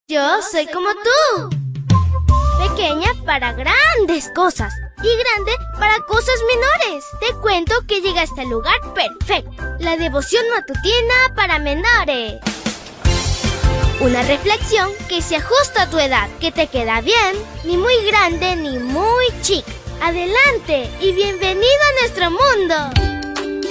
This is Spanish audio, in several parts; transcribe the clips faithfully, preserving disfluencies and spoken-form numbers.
Yo soy como tú. Pequeña para grandes cosas y grande para cosas menores. Te cuento que llegaste al lugar perfecto. La devoción matutina para menores. Una reflexión que se ajusta a tu edad, que te queda bien, ni muy grande ni muy chica. Adelante y bienvenido a nuestro mundo.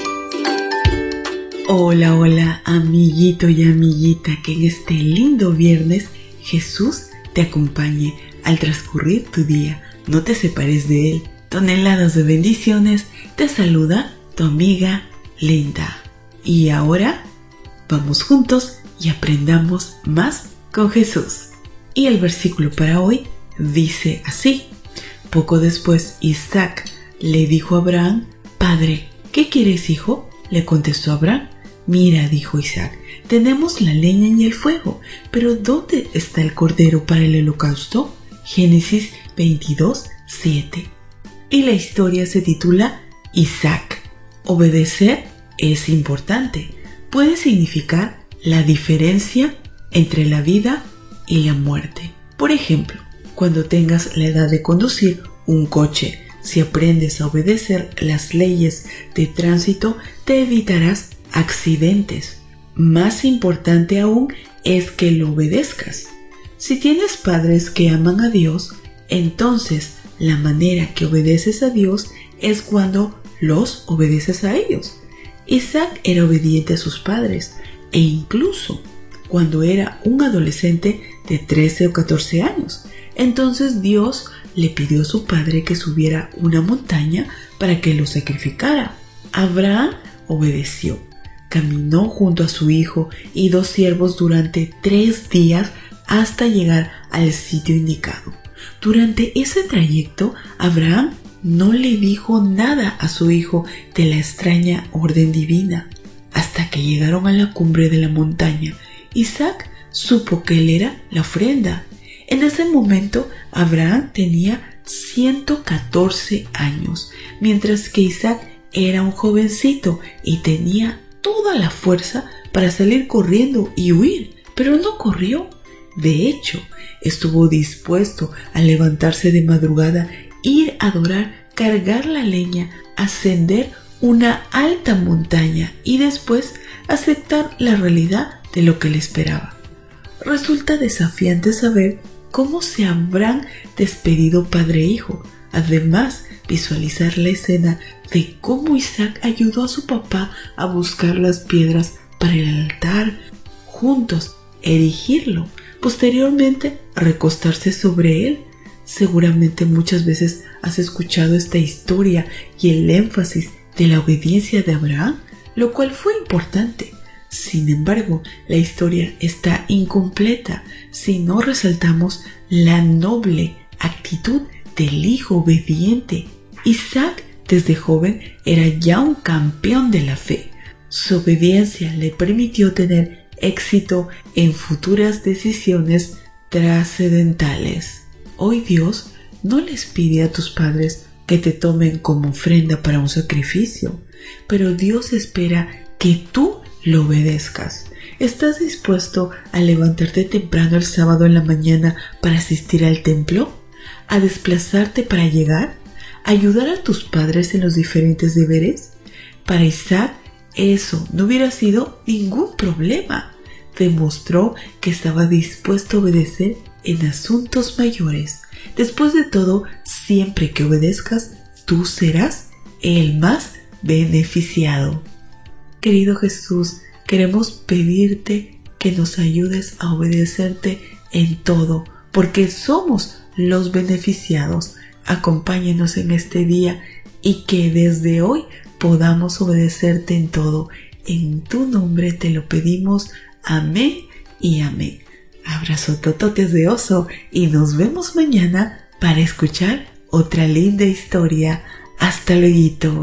Hola, hola, amiguito y amiguita, que en este lindo viernes Jesús te acompañe al transcurrir tu día. No te separes de Él. Toneladas de bendiciones. Te saluda tu amiga Linda. Y ahora vamos juntos y aprendamos más con Jesús. Y el versículo para hoy dice así: Poco después Isaac le dijo a Abraham: Padre, ¿qué quieres, hijo? Le contestó Abraham: Mira, dijo Isaac, tenemos la leña y el fuego, pero ¿dónde está el cordero para el holocausto? Génesis veintidós, siete. Y la historia se titula Isaac. Obedecer es importante. Puede significar la diferencia entre la vida y la muerte. Por ejemplo, cuando tengas la edad de conducir un coche, si aprendes a obedecer las leyes de tránsito, te evitarás accidentes. Más importante aún es que lo obedezcas. Si tienes padres que aman a Dios, entonces la manera que obedeces a Dios es cuando los obedeces a ellos. Isaac era obediente a sus padres e incluso cuando era un adolescente de trece o catorce años. Entonces Dios le pidió a su padre que subiera una montaña para que lo sacrificara. Abraham obedeció. Caminó junto a su hijo y dos siervos durante tres días hasta llegar al sitio indicado. Durante ese trayecto, Abraham no le dijo nada a su hijo de la extraña orden divina. Hasta que llegaron a la cumbre de la montaña, Isaac supo que él era la ofrenda. En ese momento, Abraham tenía ciento catorce años, mientras que Isaac era un jovencito y tenía toda la fuerza para salir corriendo y huir, pero no corrió. De hecho, estuvo dispuesto a levantarse de madrugada, ir a adorar, cargar la leña, ascender una alta montaña y después aceptar la realidad de lo que le esperaba. Resulta desafiante saber cómo se habrán despedido padre e hijo. Además, visualizar la escena de cómo Isaac ayudó a su papá a buscar las piedras para el altar, juntos erigirlo, posteriormente recostarse sobre él. Seguramente muchas veces has escuchado esta historia y el énfasis de la obediencia de Abraham, lo cual fue importante. Sin embargo, la historia está incompleta si no resaltamos la noble actitud del hijo obediente. Isaac desde joven era ya un campeón de la fe. Su obediencia le permitió tener éxito en futuras decisiones trascendentales. Hoy Dios no les pide a tus padres que te tomen como ofrenda para un sacrificio, pero Dios espera que tú lo obedezcas. ¿Estás dispuesto a levantarte temprano el sábado en la mañana para asistir al templo? ¿A desplazarte para llegar? ¿A ayudar a tus padres en los diferentes deberes? Para Isaac eso no hubiera sido ningún problema. Demostró que estaba dispuesto a obedecer en asuntos mayores. Después de todo, siempre que obedezcas, tú serás el más beneficiado. Querido Jesús, queremos pedirte que nos ayudes a obedecerte en todo, porque somos los beneficiados. Acompáñanos en este día y que desde hoy podamos obedecerte en todo. En tu nombre te lo pedimos. Amén y amén. Abrazo tototes de oso y nos vemos mañana para escuchar otra linda historia. Hasta luego.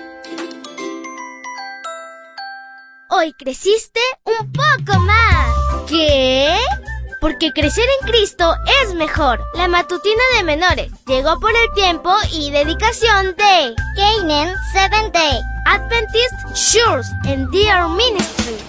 Hoy creciste un poco más. ¿Qué? Porque crecer en Cristo es mejor. La matutina de menores llegó por el tiempo y dedicación de Canaan Seventh Day Adventist Church and Dear Ministry.